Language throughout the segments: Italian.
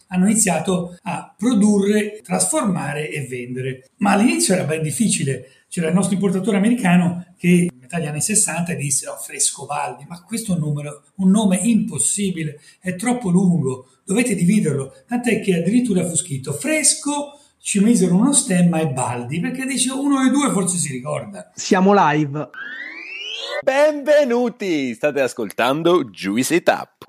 hanno iniziato a produrre, trasformare e vendere. Ma all'inizio era ben difficile. C'era il nostro importatore americano che a metà degli anni 60 disse: "Oh, Frescobaldi, ma questo è un nome impossibile, è troppo lungo, dovete dividerlo." Tant'è che addirittura fu scritto Fresco, ci misero uno stemma e Baldi, perché dice uno e due forse si ricorda. Siamo live. Benvenuti! State ascoltando Juice It Up.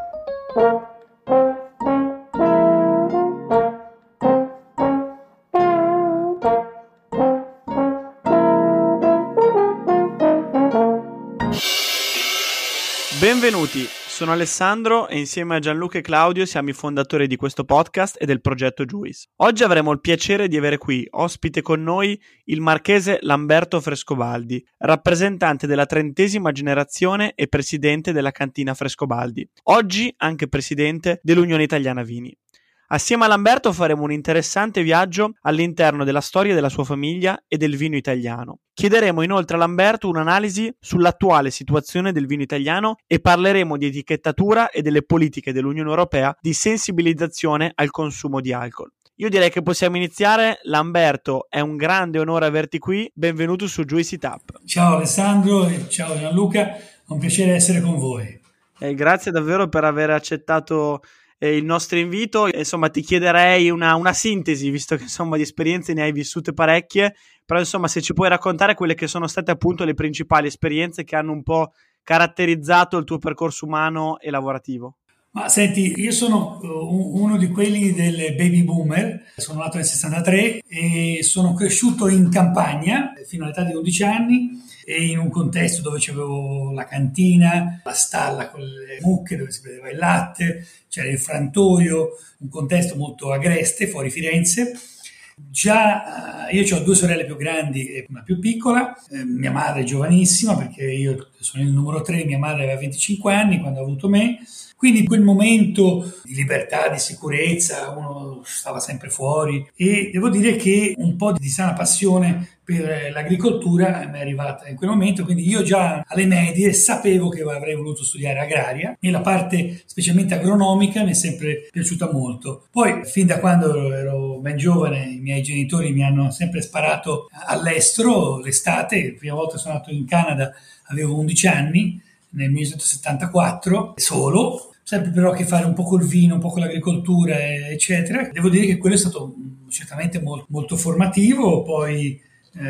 Benvenuti, sono Alessandro e insieme a Gianluca e Claudio siamo i fondatori di questo podcast e del progetto Juice. Oggi avremo il piacere di avere qui ospite con noi il marchese Lamberto Frescobaldi, rappresentante della 30ª generazione e presidente della cantina Frescobaldi, oggi anche presidente dell'Unione Italiana Vini. Assieme a Lamberto faremo un interessante viaggio all'interno della storia della sua famiglia e del vino italiano. Chiederemo inoltre a Lamberto un'analisi sull'attuale situazione del vino italiano e parleremo di etichettatura e delle politiche dell'Unione Europea di sensibilizzazione al consumo di alcol. Io direi che possiamo iniziare. Lamberto, è un grande onore averti qui. Benvenuto su Juice It Up. Ciao Alessandro e ciao Gianluca, è un piacere essere con voi. Grazie davvero per aver accettato il nostro invito. Insomma, ti chiederei una sintesi, visto che insomma di esperienze ne hai vissute parecchie, però insomma se ci puoi raccontare quelle che sono state appunto le principali esperienze che hanno un po' caratterizzato il tuo percorso umano e lavorativo. Ma senti, io sono uno di quelli del baby boomer, sono nato nel 63 e sono cresciuto in campagna fino all'età di 11 anni e in un contesto dove c'avevo la cantina, la stalla con le mucche dove si prendeva il latte, c'era il frantoio, un contesto molto agreste fuori Firenze. Già io ho due sorelle più grandi e una più piccola, mia madre è giovanissima perché io sono il numero 3, mia madre aveva 25 anni quando ha avuto me. Quindi in quel momento di libertà, di sicurezza, uno stava sempre fuori e devo dire che un po' di sana passione per l'agricoltura mi è arrivata in quel momento, quindi io già alle medie sapevo che avrei voluto studiare agraria e la parte specialmente agronomica mi è sempre piaciuta molto. Poi fin da quando ero ben giovane i miei genitori mi hanno sempre sparato all'estero l'estate, la prima volta sono andato in Canada avevo 11 anni, nel 1974, solo, sempre però a che fare un po' col vino, un po' con l'agricoltura, eccetera. Devo dire che quello è stato certamente molto formativo, poi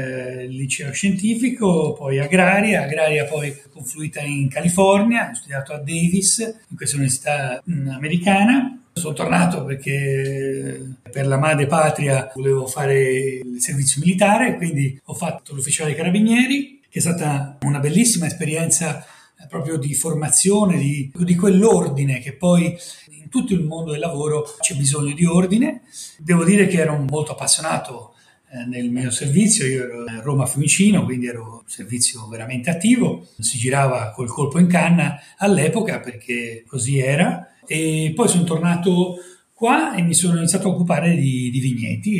liceo scientifico, poi agraria poi confluita in California, ho studiato a Davis, in questa università americana. Sono tornato perché per la madre patria volevo fare il servizio militare, quindi ho fatto l'ufficiale dei carabinieri, che è stata una bellissima esperienza proprio di formazione, di quell'ordine che poi in tutto il mondo del lavoro c'è bisogno di ordine. Devo dire che ero molto appassionato nel mio servizio, io ero a Roma Fiumicino, quindi ero un servizio veramente attivo, si girava col colpo in canna all'epoca perché così era, e poi sono tornato qua e mi sono iniziato a occupare di vigneti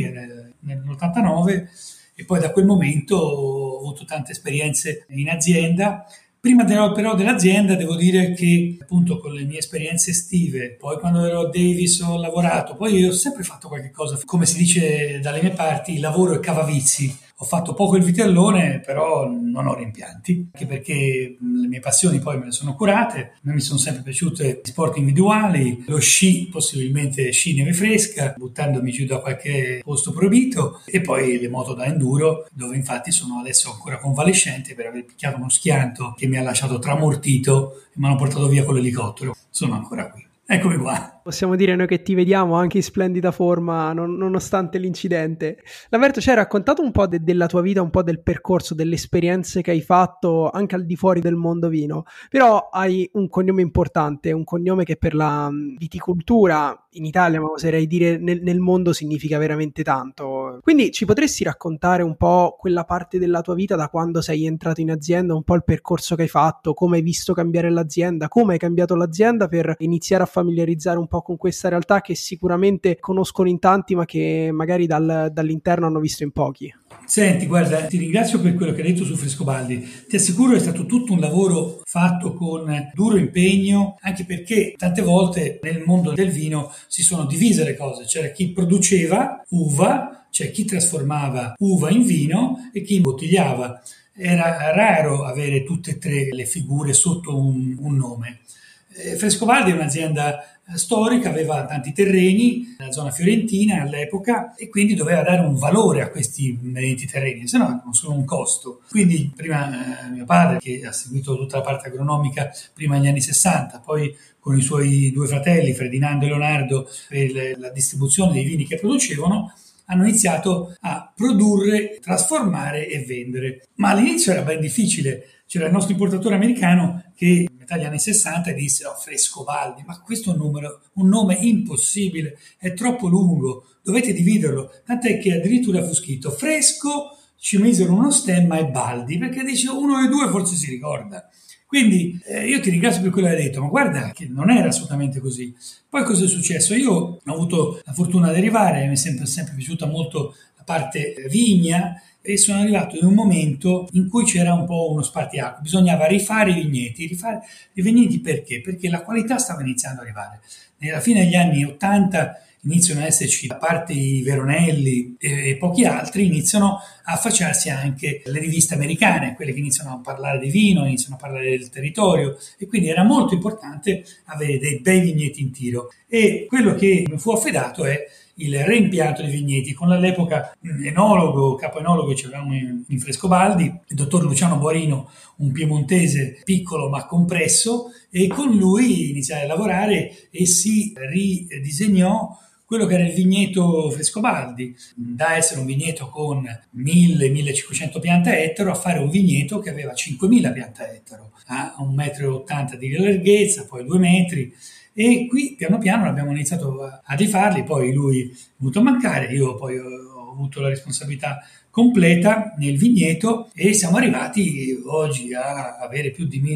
nell'89 e poi da quel momento ho avuto tante esperienze in azienda. Prima però dell'azienda devo dire che appunto con le mie esperienze estive, poi quando ero a Davis ho lavorato, poi io ho sempre fatto qualche cosa, come si dice dalle mie parti, il lavoro è cavavizi. Ho fatto poco il vitellone, però non ho rimpianti, anche perché le mie passioni poi me le sono curate. A me mi sono sempre piaciute gli sport individuali, lo sci, possibilmente sci neve fresca, buttandomi giù da qualche posto proibito, e poi le moto da enduro, dove infatti sono adesso ancora convalescente per aver picchiato uno schianto che mi ha lasciato tramortito e mi hanno portato via con l'elicottero. Sono ancora qui. Eccomi qua. Possiamo dire noi che ti vediamo anche in splendida forma nonostante l'incidente. Lamberto, ci hai raccontato un po' della tua vita, un po' del percorso, delle esperienze che hai fatto anche al di fuori del mondo vino, però hai un cognome importante, un cognome che per la viticoltura in Italia, ma oserei dire nel mondo, significa veramente tanto. Quindi ci potresti raccontare un po' quella parte della tua vita da quando sei entrato in azienda, un po' il percorso che hai fatto, come hai visto cambiare l'azienda, come hai cambiato l'azienda per iniziare a familiarizzare un po' con questa realtà che sicuramente conoscono in tanti ma che magari dall'interno hanno visto in pochi. Senti, guarda, ti ringrazio per quello che hai detto su Frescobaldi. Ti assicuro è stato tutto un lavoro fatto con duro impegno, anche perché tante volte nel mondo del vino si sono divise le cose. C'era chi produceva uva, c'è chi trasformava uva in vino e chi imbottigliava. Era raro avere tutte e tre le figure sotto un nome. Frescobaldi è un'azienda storica, aveva tanti terreni nella zona fiorentina all'epoca e quindi doveva dare un valore a questi benedetti terreni, se no erano solo un costo. Quindi prima mio padre, che ha seguito tutta la parte agronomica prima negli anni 60, poi con i suoi due fratelli Ferdinando e Leonardo per la distribuzione dei vini che producevano, hanno iniziato a produrre, trasformare e vendere. Ma all'inizio era ben difficile. C'era il nostro importatore americano che a metà degli anni 60 disse Frescobaldi, ma questo è un nome impossibile, è troppo lungo, dovete dividerlo. Tant'è che addirittura fu scritto Fresco, ci misero uno stemma e Baldi, perché dice uno dei due forse si ricorda. Quindi io ti ringrazio per quello che hai detto, ma guarda che non era assolutamente così. Poi cosa è successo? Io ho avuto la fortuna di arrivare, mi è sempre piaciuta molto la parte vigna e sono arrivato in un momento in cui c'era un po' uno spartiacque, bisognava rifare i vigneti perché? Perché la qualità stava iniziando ad arrivare. Nella fine degli anni 80 iniziano ad esserci, a parte i Veronelli e pochi altri, iniziano a affacciarsi anche le riviste americane, quelle che iniziano a parlare di vino, iniziano a parlare del territorio e quindi era molto importante avere dei bei vigneti in tiro. E quello che mi fu affidato è il reimpianto dei vigneti con all'epoca capo enologo che avevamo in Frescobaldi, il dottor Luciano Boarino, un piemontese piccolo ma compresso, e con lui iniziai a lavorare e si ridisegnò quello che era il vigneto Frescobaldi, da essere un vigneto con 1000-1500 piante a ettaro a fare un vigneto che aveva 5000 piante a ettaro, a 1,80 m di larghezza, poi 2 metri. E qui piano piano abbiamo iniziato a rifarli, poi lui è venuto a mancare, io poi ho avuto la responsabilità completa nel vigneto e siamo arrivati oggi a avere più di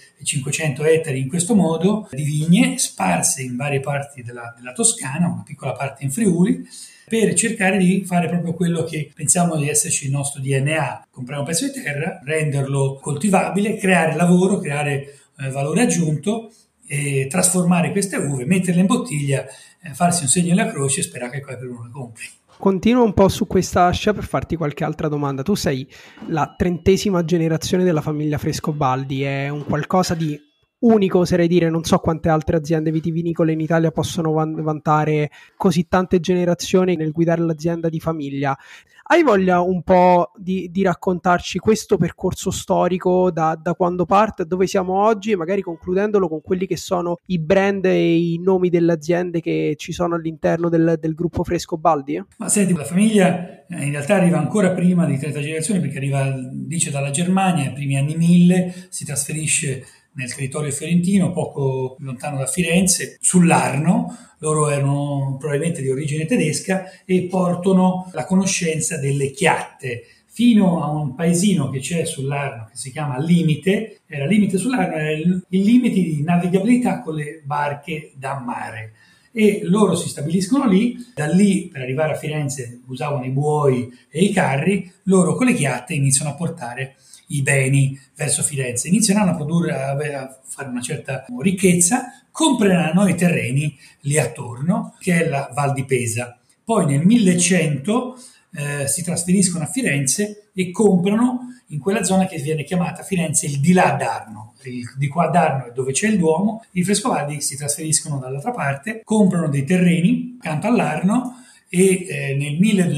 1500 ettari in questo modo di vigne sparse in varie parti della Toscana, una piccola parte in Friuli, per cercare di fare proprio quello che pensiamo di esserci il nostro DNA, comprare un pezzo di terra, renderlo coltivabile, creare lavoro, creare valore aggiunto e trasformare queste uve, metterle in bottiglia, farsi un segno nella croce e sperare che qualcuno le compri. Continuo un po' su questa ascia per farti qualche altra domanda. Tu sei la 30ª generazione della famiglia Frescobaldi, è un qualcosa di unico, oserei dire. Non so quante altre aziende vitivinicole in Italia possono vantare così tante generazioni nel guidare l'azienda di famiglia. Hai voglia un po' di raccontarci questo percorso storico da quando parte, dove siamo oggi e magari concludendolo con quelli che sono i brand e i nomi delle aziende che ci sono all'interno del gruppo Frescobaldi? Ma senti, la famiglia in realtà arriva ancora prima di 30 generazioni perché arriva, dice, dalla Germania, nei primi anni 1000, si trasferisce nel territorio fiorentino, poco lontano da Firenze, sull'Arno. Loro erano probabilmente di origine tedesca e portano la conoscenza delle chiatte fino a un paesino che c'è sull'Arno che si chiama Limite. Era Limite sull'Arno, era il limite di navigabilità con le barche da mare. E loro si stabiliscono lì, da lì per arrivare a Firenze usavano i buoi e i carri, loro con le chiatte iniziano a portare i beni verso Firenze, inizieranno a produrre, a fare una certa ricchezza, compreranno i terreni lì attorno, che è la Val di Pesa. Poi nel 1100 si trasferiscono a Firenze e comprano in quella zona che viene chiamata Firenze il di là d'Arno. Di qua d'Arno è dove c'è il Duomo. I Frescobaldi si trasferiscono dall'altra parte, comprano dei terreni accanto all'Arno e nel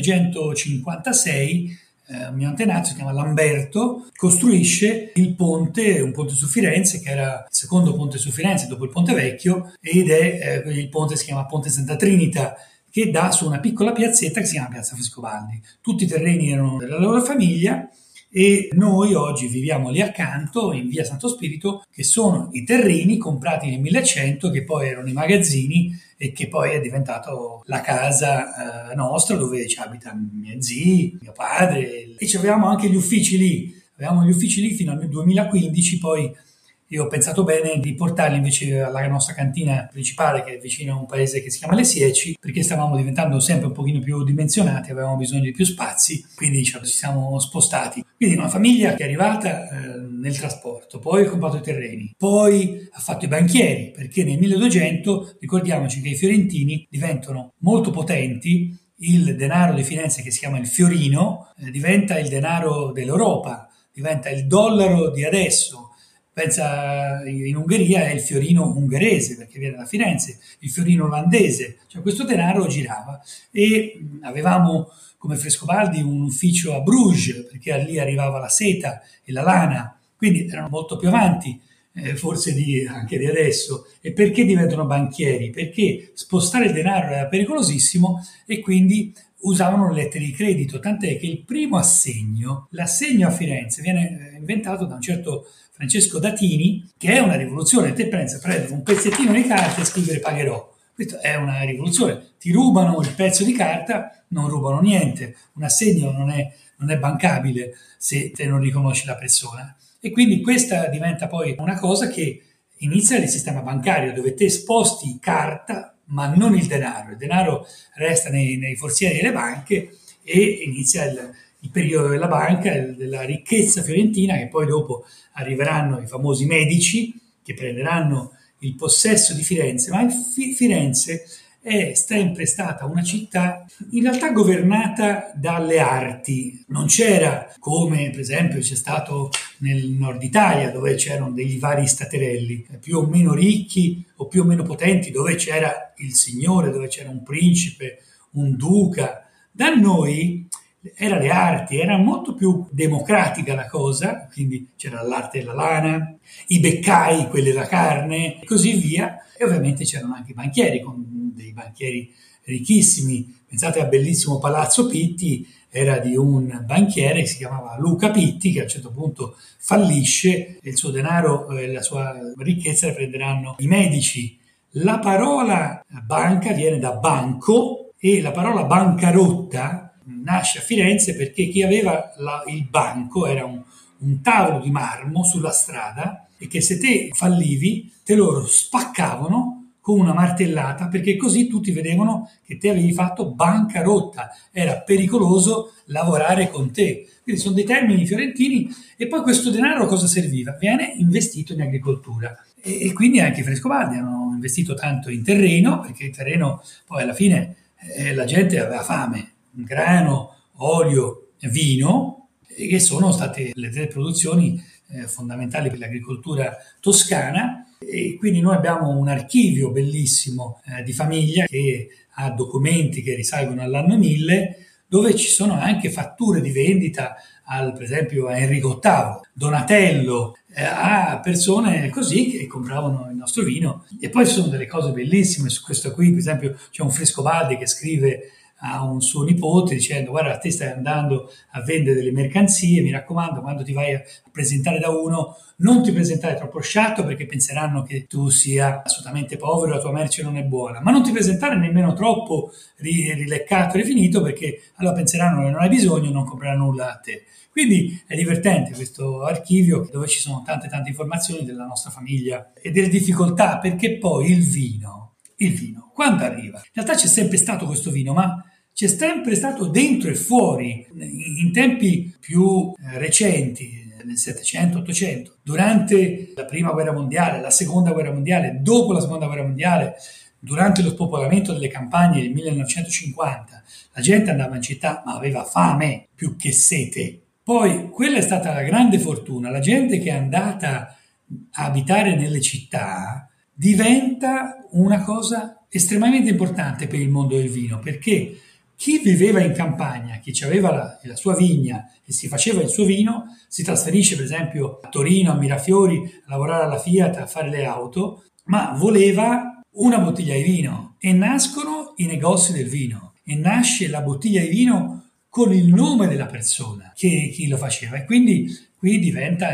1256 un mio antenato, si chiama Lamberto, costruisce un ponte su Firenze, che era il secondo ponte su Firenze dopo il Ponte Vecchio, ed è il ponte si chiama Ponte Santa Trinita, che dà su una piccola piazzetta che si chiama Piazza Frescobaldi. Tutti i terreni erano della loro famiglia e noi oggi viviamo lì accanto, in via Santo Spirito, che sono i terreni comprati nel 1100, che poi erano i magazzini e che poi è diventato la casa nostra, dove ci abitano i miei zii, mio padre, e avevamo anche gli uffici lì. Avevamo gli uffici lì fino al 2015, poi io ho pensato bene di portarli invece alla nostra cantina principale, che è vicino a un paese che si chiama Le Sieci, perché stavamo diventando sempre un pochino più dimensionati, avevamo bisogno di più spazi, quindi ci siamo spostati. Quindi una famiglia che è arrivata nel trasporto, poi ha comprato i terreni, poi ha fatto i banchieri, perché nel 1200 ricordiamoci che i fiorentini diventano molto potenti, il denaro di Firenze, che si chiama il fiorino, diventa il denaro dell'Europa, diventa il dollaro di adesso. Pensa, in Ungheria è il fiorino ungherese perché viene da Firenze, il fiorino olandese, cioè questo denaro girava. E avevamo come Frescobaldi un ufficio a Bruges, perché lì arrivava la seta e la lana, quindi erano molto più avanti forse anche di adesso. E perché diventano banchieri? Perché spostare il denaro era pericolosissimo e quindi usavano le lettere di credito, tant'è che il primo assegno, l'assegno a Firenze, viene inventato da un certo Francesco Datini, che è una rivoluzione. Te pensa, prendere un pezzettino di carta e scrivere pagherò. Questa è una rivoluzione. Ti rubano il pezzo di carta, non rubano niente. Un assegno non è bancabile se te non riconosci la persona. E quindi questa diventa poi una cosa che inizia il sistema bancario, dove te sposti carta ma non il denaro resta nei forzieri delle banche e inizia il periodo della banca, della ricchezza fiorentina, che poi dopo arriveranno i famosi medici che prenderanno il possesso di Firenze. Ma Firenze è sempre stata una città in realtà governata dalle arti. Non c'era, come per esempio c'è stato nel nord Italia, dove c'erano degli vari staterelli più o meno ricchi o più o meno potenti, dove c'era il signore, dove c'era un principe, un duca. Da noi era le arti, era molto più democratica la cosa, quindi c'era l'arte della lana, i beccai, quelli della carne e così via, e ovviamente c'erano anche i banchieri, con dei banchieri ricchissimi. Pensate al bellissimo Palazzo Pitti, era di un banchiere che si chiamava Luca Pitti, che a un certo punto fallisce e il suo denaro e la sua ricchezza le prenderanno i medici. La parola banca viene da banco e la parola bancarotta nasce a Firenze perché chi aveva il banco era un tavolo di marmo sulla strada, e che se te fallivi te loro spaccavano con una martellata, perché così tutti vedevano che te avevi fatto bancarotta, era pericoloso lavorare con te. Quindi sono dei termini fiorentini. E poi questo denaro a cosa serviva? Viene investito in agricoltura, e quindi anche i Frescobaldi hanno investito tanto in terreno, perché il terreno poi alla fine la gente aveva fame, grano, olio, vino, che sono state le tre produzioni fondamentali per l'agricoltura toscana. E quindi noi abbiamo un archivio bellissimo di famiglia che ha documenti che risalgono all'anno 1000, dove ci sono anche fatture di vendita per esempio a Enrico VIII, Donatello, a persone così che compravano il nostro vino. E poi ci sono delle cose bellissime su questo qui. Per esempio c'è un Frescobaldi che scrive a un suo nipote dicendo: guarda, te stai andando a vendere delle mercanzie, mi raccomando, quando ti vai a presentare da uno non ti presentare troppo sciatto, perché penseranno che tu sia assolutamente povero e la tua merce non è buona, ma non ti presentare nemmeno troppo rileccato e rifinito, perché allora penseranno che non hai bisogno e non compreranno nulla a te. Quindi è divertente questo archivio, dove ci sono tante informazioni della nostra famiglia e delle difficoltà, perché poi il vino, quando arriva? In realtà c'è sempre stato questo vino, ma c'è sempre stato dentro e fuori. In tempi più recenti, nel 700-800, durante la prima guerra mondiale, la seconda guerra mondiale, dopo la seconda guerra mondiale, durante lo spopolamento delle campagne del 1950, la gente andava in città ma aveva fame più che sete. Poi quella è stata la grande fortuna. La gente che è andata a abitare nelle città diventa una cosa estremamente importante per il mondo del vino, perché chi viveva in campagna, chi aveva la sua vigna e si faceva il suo vino, si trasferisce per esempio a Torino, a Mirafiori, a lavorare alla Fiat, a fare le auto, ma voleva una bottiglia di vino, e nascono i negozi del vino, e nasce la bottiglia di vino con il nome della persona che chi lo faceva. E quindi qui diventa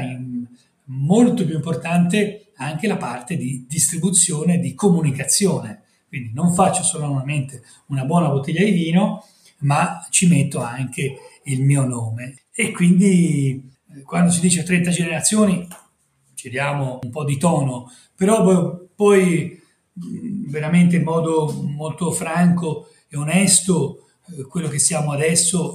molto più importante anche la parte di distribuzione, di comunicazione. Quindi non faccio solamente una buona bottiglia di vino, ma ci metto anche il mio nome. E quindi quando si dice 30 generazioni ci diamo un po' di tono, però poi veramente in modo molto franco e onesto, quello che siamo adesso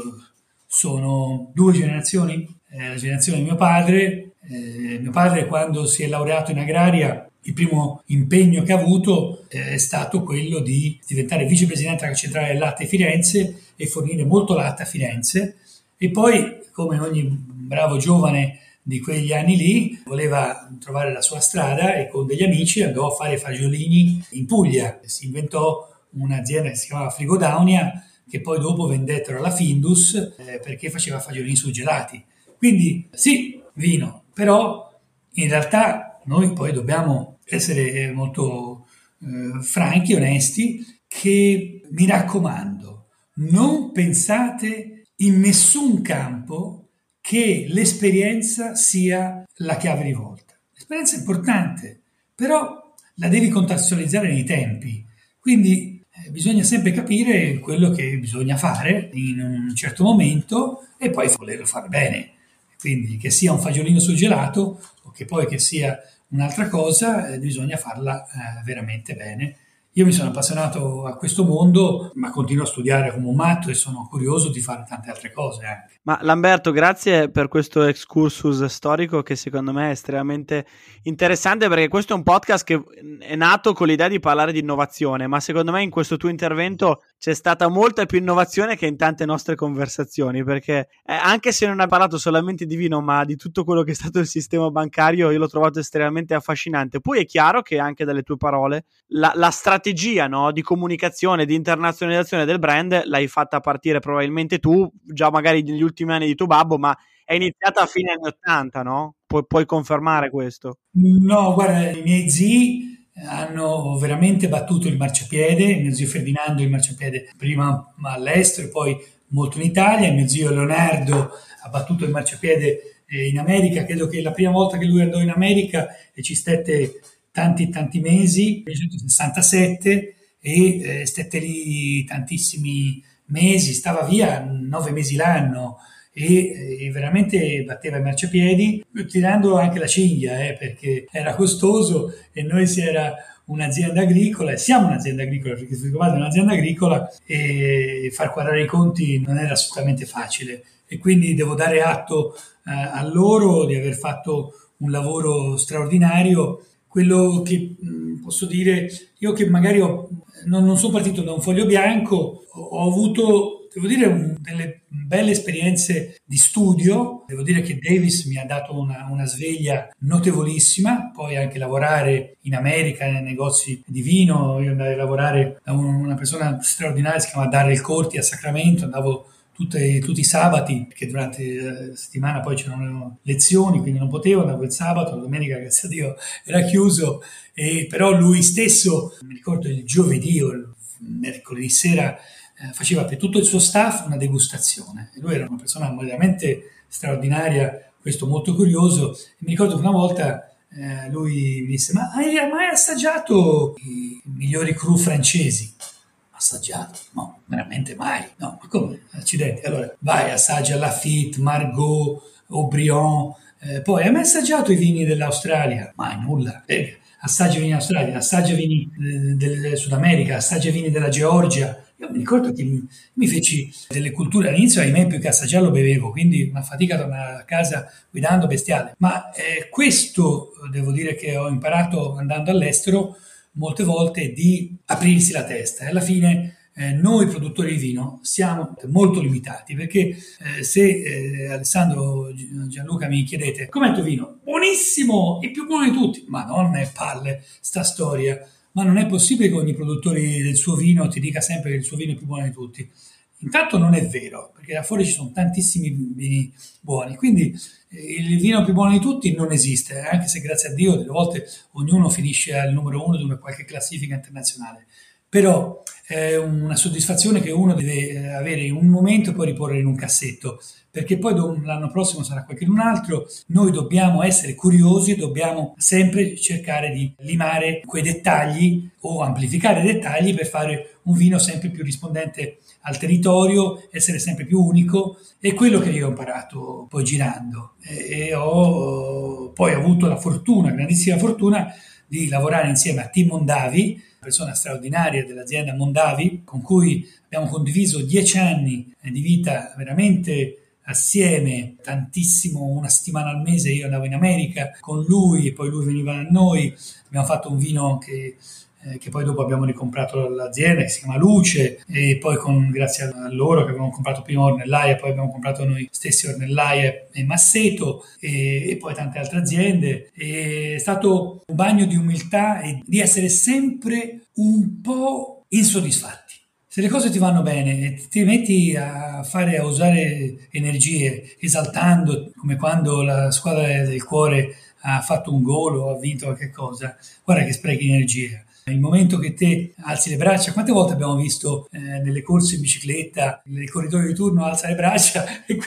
sono 2 generazioni. La generazione di mio padre. Mio padre, quando si è laureato in agraria, il primo impegno che ha avuto è stato quello di diventare vicepresidente della centrale del latte di Firenze e fornire molto latte a Firenze, e poi, come ogni bravo giovane di quegli anni lì, voleva trovare la sua strada e con degli amici andò a fare fagiolini in Puglia. Si inventò un'azienda che si chiamava Frigodaunia, che poi dopo vendettero alla Findus perché faceva fagiolini surgelati. Quindi sì, vino, però in realtà noi poi dobbiamo essere molto franchi, onesti, che mi raccomando, non pensate in nessun campo che l'esperienza sia la chiave di volta. L'esperienza è importante, però la devi contestualizzare nei tempi, quindi bisogna sempre capire quello che bisogna fare in un certo momento e poi volerlo fare bene. Quindi che sia un fagiolino surgelato o che poi che sia un'altra cosa, bisogna farla veramente bene. Io mi sono appassionato a questo mondo, ma continuo a studiare come un matto e sono curioso di fare tante altre cose anche. Ma Lamberto, grazie per questo excursus storico che secondo me è estremamente interessante, perché questo è un podcast che è nato con l'idea di parlare di innovazione, ma secondo me in questo tuo intervento c'è stata molta più innovazione che in tante nostre conversazioni, perché anche se non hai parlato solamente di vino, ma di tutto quello che è stato il sistema bancario, io l'ho trovato estremamente affascinante. Poi è chiaro che anche dalle tue parole la strategia, no, di comunicazione, di internazionalizzazione del brand l'hai fatta partire probabilmente tu, già magari negli ultimi anni di tuo babbo, ma è iniziata a fine anni 80, no? Puoi confermare questo? No, guarda, i miei zii hanno veramente battuto il marciapiede. Mio zio Ferdinando il marciapiede prima all'estero e poi molto in Italia, e mio zio Leonardo ha battuto il marciapiede in America. Credo che la prima volta che lui andò in America e ci stette tanti mesi, nel 1967, e stette lì tantissimi mesi, stava via 9 mesi l'anno e veramente batteva i marciapiedi, tirando anche la cinghia, perché era costoso e noi si era un'azienda agricola, e siamo un'azienda agricola, perché Frigobaldi è un'azienda agricola e far quadrare i conti non era assolutamente facile, e quindi devo dare atto a loro di aver fatto un lavoro straordinario. Quello che posso dire, io che magari non sono partito da un foglio bianco, ho avuto, devo dire, delle belle esperienze di studio. Devo dire che Davis mi ha dato una sveglia notevolissima, poi anche lavorare in America nei negozi di vino. Io andai a lavorare da una persona straordinaria, si chiama Darrell Corti, a Sacramento, andavo tutti i sabati, perché durante la settimana poi c'erano lezioni, quindi non potevo, andavo il sabato, la domenica, grazie a Dio, era chiuso, però lui stesso, mi ricordo il giovedì o il mercoledì sera, faceva per tutto il suo staff una degustazione, e lui era una persona veramente straordinaria, questo molto curioso. E mi ricordo che una volta lui mi disse: ma hai mai assaggiato i migliori cru francesi? Assaggiato? No, veramente mai. No, ma come? Accidenti. Allora, vai, assaggia Lafite, Margaux, Haut-Brion. Poi, hai mai assaggiato i vini dell'Australia? Mai, nulla. Assaggia vini dell'Australia, assaggia vini del Sud America, assaggia vini della Georgia. Io mi ricordo che mi feci delle culture all'inizio, ahimè, più che assaggiarlo bevevo, quindi una fatica a tornare a casa guidando bestiale. Ma questo devo dire che ho imparato andando all'estero molte volte, di aprirsi la testa, e alla fine noi produttori di vino siamo molto limitati, perché se Alessandro, Gianluca, mi chiedete com'è il tuo vino? Buonissimo, il più buono di tutti. Madonna, palle sta storia, ma non è possibile che ogni produttore del suo vino ti dica sempre che il suo vino è il più buono di tutti. Intanto non è vero, perché là fuori ci sono tantissimi vini buoni, quindi il vino più buono di tutti non esiste, anche se grazie a Dio delle volte ognuno finisce al numero 1 di una qualche classifica internazionale. Però è una soddisfazione che uno deve avere in un momento e poi riporre in un cassetto, perché poi l'anno prossimo sarà qualcun altro. Noi dobbiamo essere curiosi e dobbiamo sempre cercare di limare quei dettagli o amplificare i dettagli per fare un vino sempre più rispondente al territorio, essere sempre più unico. È quello che io ho imparato poi girando e ho poi avuto la fortuna, grandissima fortuna, di lavorare insieme a Tim Mondavi, persona straordinaria dell'azienda Mondavi, con cui abbiamo condiviso 10 anni di vita veramente assieme, tantissimo, una settimana al mese io andavo in America con lui e poi lui veniva da noi, abbiamo fatto un vino che poi dopo abbiamo ricomprato l'azienda, che si chiama Luce, e poi grazie a loro che avevamo comprato prima Ornellaia, poi abbiamo comprato noi stessi Ornellaia e Masseto e poi tante altre aziende. E è stato un bagno di umiltà e di essere sempre un po' insoddisfatti. Se le cose ti vanno bene e ti metti a usare energie esaltando, come quando la squadra del cuore ha fatto un gol o ha vinto qualche cosa, guarda che sprechi energia. Il momento che te alzi le braccia, quante volte abbiamo visto nelle corse in bicicletta, nel corridoio di turno alza le braccia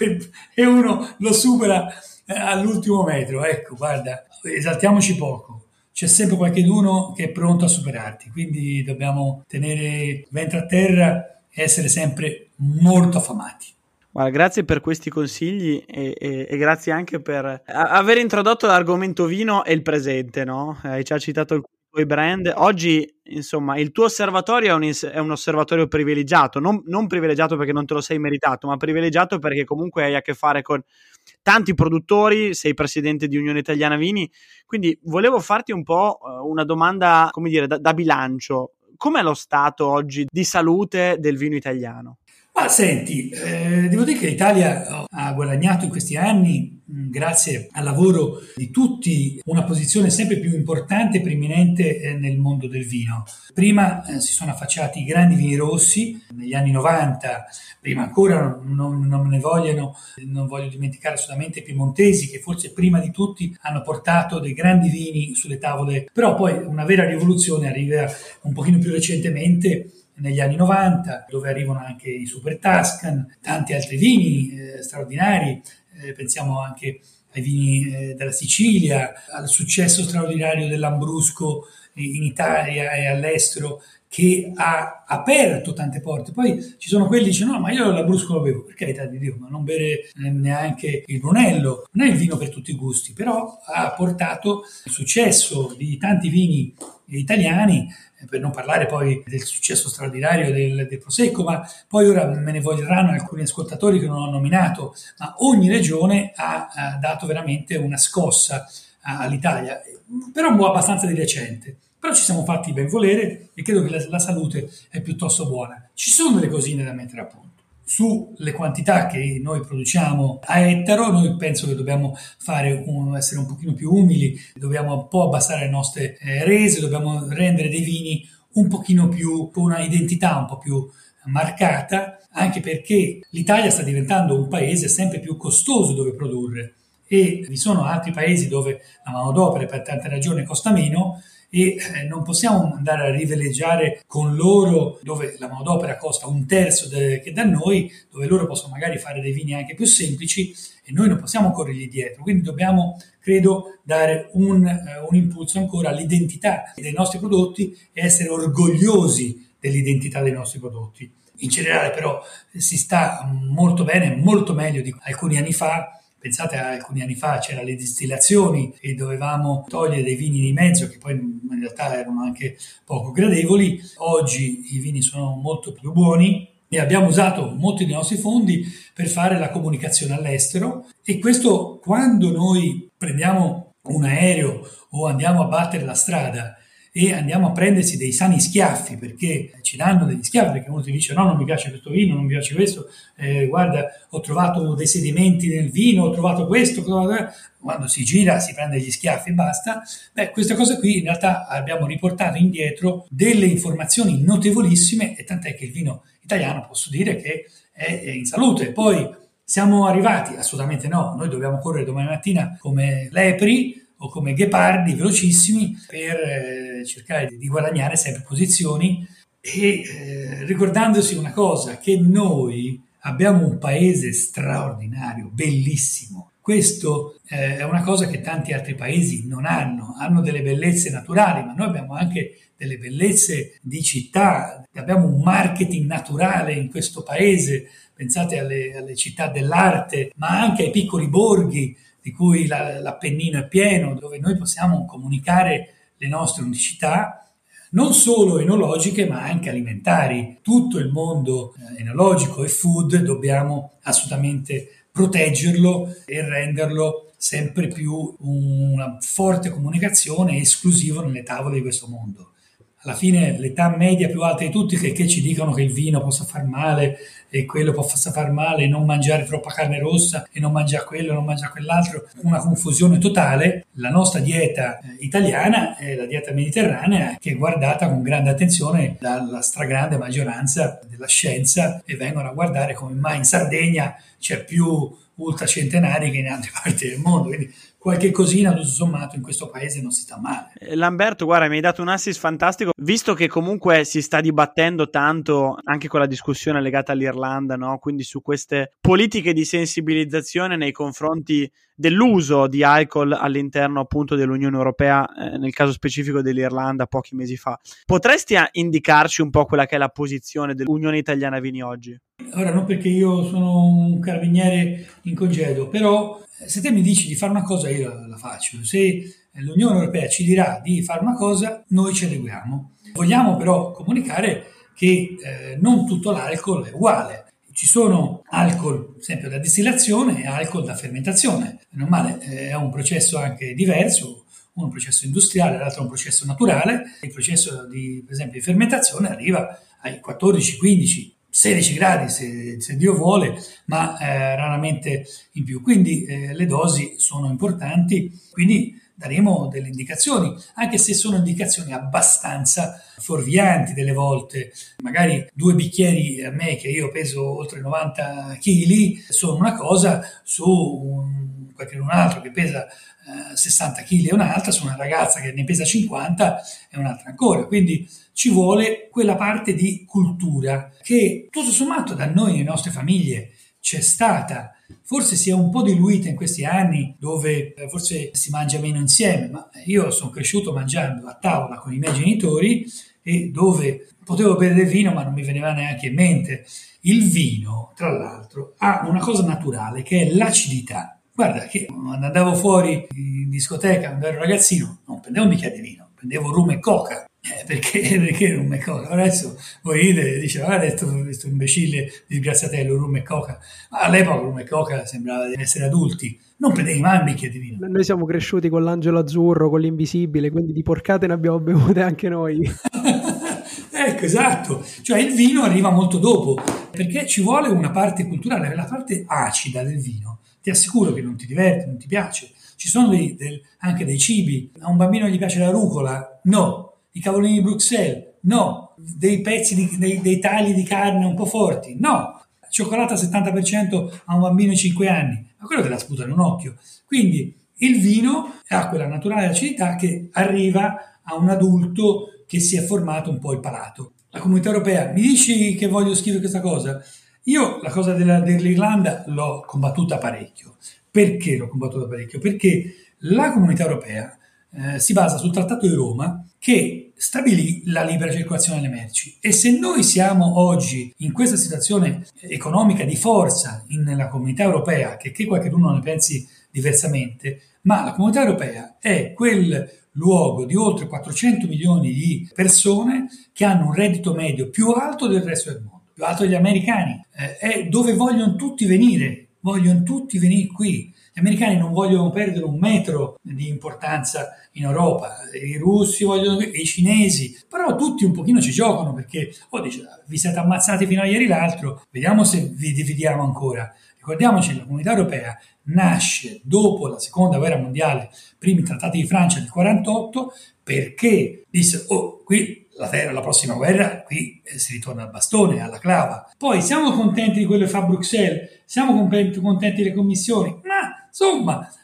e uno lo supera all'ultimo metro. Ecco, guarda, esaltiamoci poco. C'è sempre qualcuno che è pronto a superarti, quindi dobbiamo tenere ventre a terra e essere sempre molto affamati. Guarda, grazie per questi consigli e grazie anche per aver introdotto l'argomento vino e il presente, no? Hai già citato alcuni tuoi brand. Oggi, insomma, il tuo osservatorio è un osservatorio privilegiato, non privilegiato perché non te lo sei meritato, ma privilegiato perché comunque hai a che fare con tanti produttori, sei presidente di Unione Italiana Vini, quindi volevo farti un po' una domanda, come dire, da bilancio. Com'è lo stato oggi di salute del vino italiano? Ma senti, devo dire che l'Italia ha guadagnato in questi anni, grazie al lavoro di tutti, una posizione sempre più importante e preeminente nel mondo del vino. Prima si sono affacciati i grandi vini rossi, negli anni 90, prima ancora non voglio dimenticare assolutamente i piemontesi, che forse prima di tutti hanno portato dei grandi vini sulle tavole, però poi una vera rivoluzione arriva un pochino più recentemente, negli anni 90, dove arrivano anche i Super Tuscan, tanti altri vini straordinari, pensiamo anche ai vini della Sicilia, al successo straordinario dell'Ambrusco in Italia e all'estero, che ha aperto tante porte. Poi ci sono quelli che dicono: no, ma io l'Ambrusco lo bevo, per carità di Dio, ma non bere neanche il Brunello. Non è il vino per tutti i gusti, però ha portato il successo di tanti vini italiani, per non parlare poi del successo straordinario del Prosecco, ma poi ora me ne voglieranno alcuni ascoltatori che non ho nominato, ma ogni regione ha dato veramente una scossa all'Italia, però abbastanza di recente. Però ci siamo fatti ben volere e credo che la salute è piuttosto buona. Ci sono delle cosine da mettere a punto. Sulle quantità che noi produciamo a ettaro, noi penso che dobbiamo essere un pochino più umili, dobbiamo un po' abbassare le nostre rese, dobbiamo rendere dei vini un pochino più, con una identità un po' più marcata, anche perché l'Italia sta diventando un paese sempre più costoso dove produrre e vi sono altri paesi dove la manodopera per tante ragioni costa meno, e non possiamo andare a riveleggiare con loro dove la manodopera costa un terzo che da noi, dove loro possono magari fare dei vini anche più semplici e noi non possiamo corrergli dietro. Quindi dobbiamo, credo, dare un impulso ancora all'identità dei nostri prodotti e essere orgogliosi dell'identità dei nostri prodotti. In generale però si sta molto bene, molto meglio di alcuni anni fa. Pensate, alcuni anni fa c'erano le distillazioni e dovevamo togliere dei vini di mezzo che poi in realtà erano anche poco gradevoli. Oggi i vini sono molto più buoni e abbiamo usato molti dei nostri fondi per fare la comunicazione all'estero, e questo, quando noi prendiamo un aereo o andiamo a battere la strada e andiamo a prendersi dei sani schiaffi, perché ci danno degli schiaffi, perché uno ti dice: no, non mi piace questo vino, non mi piace questo, guarda, ho trovato dei sedimenti nel vino, ho trovato questo, quando si gira si prende gli schiaffi e basta. Questa cosa qui in realtà abbiamo riportato indietro delle informazioni notevolissime, e tant'è che il vino italiano posso dire che è in salute. Poi siamo arrivati? Assolutamente no, noi dobbiamo correre domani mattina come lepri o come ghepardi velocissimi per cercare di guadagnare sempre posizioni, e ricordandosi una cosa, che noi abbiamo un paese straordinario, bellissimo. Questo è una cosa che tanti altri paesi non hanno delle bellezze naturali, ma noi abbiamo anche delle bellezze di città, abbiamo un marketing naturale in questo paese, pensate alle città dell'arte, ma anche ai piccoli borghi di cui l'Appennino è pieno, dove noi possiamo comunicare le nostre unicità, non solo enologiche ma anche alimentari. Tutto il mondo enologico e food dobbiamo assolutamente proteggerlo e renderlo sempre più una forte comunicazione esclusivo nelle tavole di questo mondo. Alla fine l'età media più alta di tutti che ci dicono che il vino possa far male e quello possa far male e non mangiare troppa carne rossa e non mangiare quello, non mangiare quell'altro, una confusione totale. La nostra dieta italiana è la dieta mediterranea, che è guardata con grande attenzione dalla stragrande maggioranza della scienza, e vengono a guardare come mai in Sardegna c'è più ultracentenari che in altre parti del mondo, quindi qualche cosina tutto sommato in questo paese non si sta male. Lamberto, guarda, mi hai dato un assist fantastico, visto che comunque si sta dibattendo tanto anche con la discussione legata all'Irlanda, no? Quindi su queste politiche di sensibilizzazione nei confronti dell'uso di alcol all'interno appunto dell'Unione Europea, nel caso specifico dell'Irlanda pochi mesi fa. Potresti indicarci un po' quella che è la posizione dell'Unione Italiana Vini oggi? Ora, non perché io sono un carabiniere in congedo, però se te mi dici di fare una cosa io la faccio. Se l'Unione Europea ci dirà di fare una cosa, noi ci adeguiamo. Vogliamo però comunicare che non tutto l'alcol è uguale. Ci sono alcol sempre da distillazione e alcol da fermentazione. È normale, è un processo anche diverso, uno è un processo industriale, l'altro è un processo naturale. Il processo per esempio di fermentazione arriva ai 14, 15, 16 gradi se Dio vuole, ma raramente in più. Quindi le dosi sono importanti, quindi daremo delle indicazioni, anche se sono indicazioni abbastanza fuorvianti delle volte. Magari 2 bicchieri a me, che io peso oltre 90 kg, sono una cosa, su qualcun altro che pesa 60 kg è un'altra, su una ragazza che ne pesa 50 è un'altra ancora. Quindi ci vuole quella parte di cultura che tutto sommato da noi nelle nostre famiglie c'è stata. Forse si è un po' diluita in questi anni, dove forse si mangia meno insieme, ma io sono cresciuto mangiando a tavola con i miei genitori, e dove potevo bere del vino ma non mi veniva neanche in mente. Il vino, tra l'altro, ha una cosa naturale che è l'acidità. Guarda che quando andavo fuori in discoteca, quando ero ragazzino, non prendevo un bicchiere di vino, prendevo rum e coca. Perché rum e coca? Adesso voi ridete, dice, ha detto questo imbecille disgraziatello, rum e coca. Ma all'epoca rum e coca sembrava di essere adulti, non prendevi mai un bicchiere di vino. Noi siamo cresciuti con l'angelo azzurro, con l'invisibile, quindi di porcate ne abbiamo bevute anche noi. Ecco, esatto, cioè il vino arriva molto dopo, perché ci vuole una parte culturale, la parte acida del vino. Ti assicuro che non ti diverte, non ti piace. Ci sono anche dei cibi. A un bambino gli piace la rucola? No. I cavolini di Bruxelles? No. Dei pezzi, dei tagli di carne un po' forti? No. Cioccolata al 70% a un bambino di 5 anni? Ma quello te la sputa in un occhio. Quindi il vino ha quella naturale acidità che arriva a un adulto che si è formato un po' il palato. La Comunità Europea, mi dici che voglio scrivere questa cosa? Io la cosa dell'Irlanda l'ho combattuta parecchio. Perché l'ho combattuta parecchio? Perché la Comunità Europea si basa sul Trattato di Roma, che stabilì la libera circolazione delle merci. E se noi siamo oggi in questa situazione economica di forza nella Comunità Europea, che qualcuno ne pensi diversamente, ma la Comunità Europea è quel luogo di oltre 400 milioni di persone che hanno un reddito medio più alto del resto del mondo, più alto degli americani, è dove vogliono tutti venire qui. Gli americani non vogliono perdere un metro di importanza in Europa, i russi vogliono, i cinesi, però tutti un pochino ci giocano, perché dice, vi siete ammazzati fino a ieri l'altro, vediamo se vi dividiamo ancora. Ricordiamoci, la Comunità Europea nasce dopo la Seconda Guerra Mondiale, primi trattati di Francia del 48, perché disse, qui la prossima guerra, qui si ritorna al bastone, alla clava. Poi siamo contenti di quello che fa Bruxelles, siamo contenti delle commissioni, ma insomma